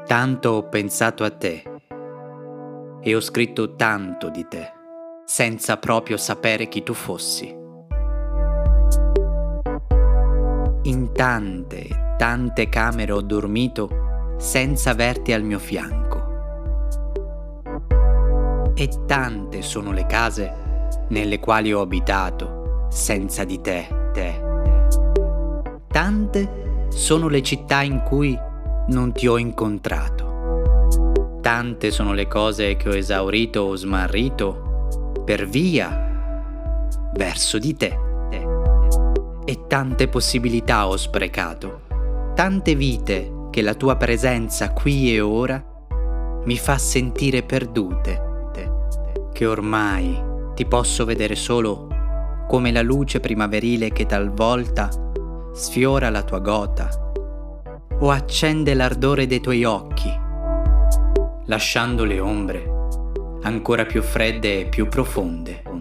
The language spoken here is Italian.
Tanto ho pensato a te e ho scritto tanto di te, senza proprio sapere chi tu fossi. In tante camere ho dormito senza averti al mio fianco. E tante sono le case nelle quali ho abitato senza di te. Tante sono le città in cui non ti ho incontrato. Tante sono le cose che ho esaurito o smarrito per via verso di te. E tante possibilità ho sprecato, tante vite che la tua presenza qui e ora mi fa sentire perdute, che ormai ti posso vedere solo come la luce primaverile che talvolta sfiora la tua gota o accende l'ardore dei tuoi occhi, lasciando le ombre ancora più fredde e più profonde.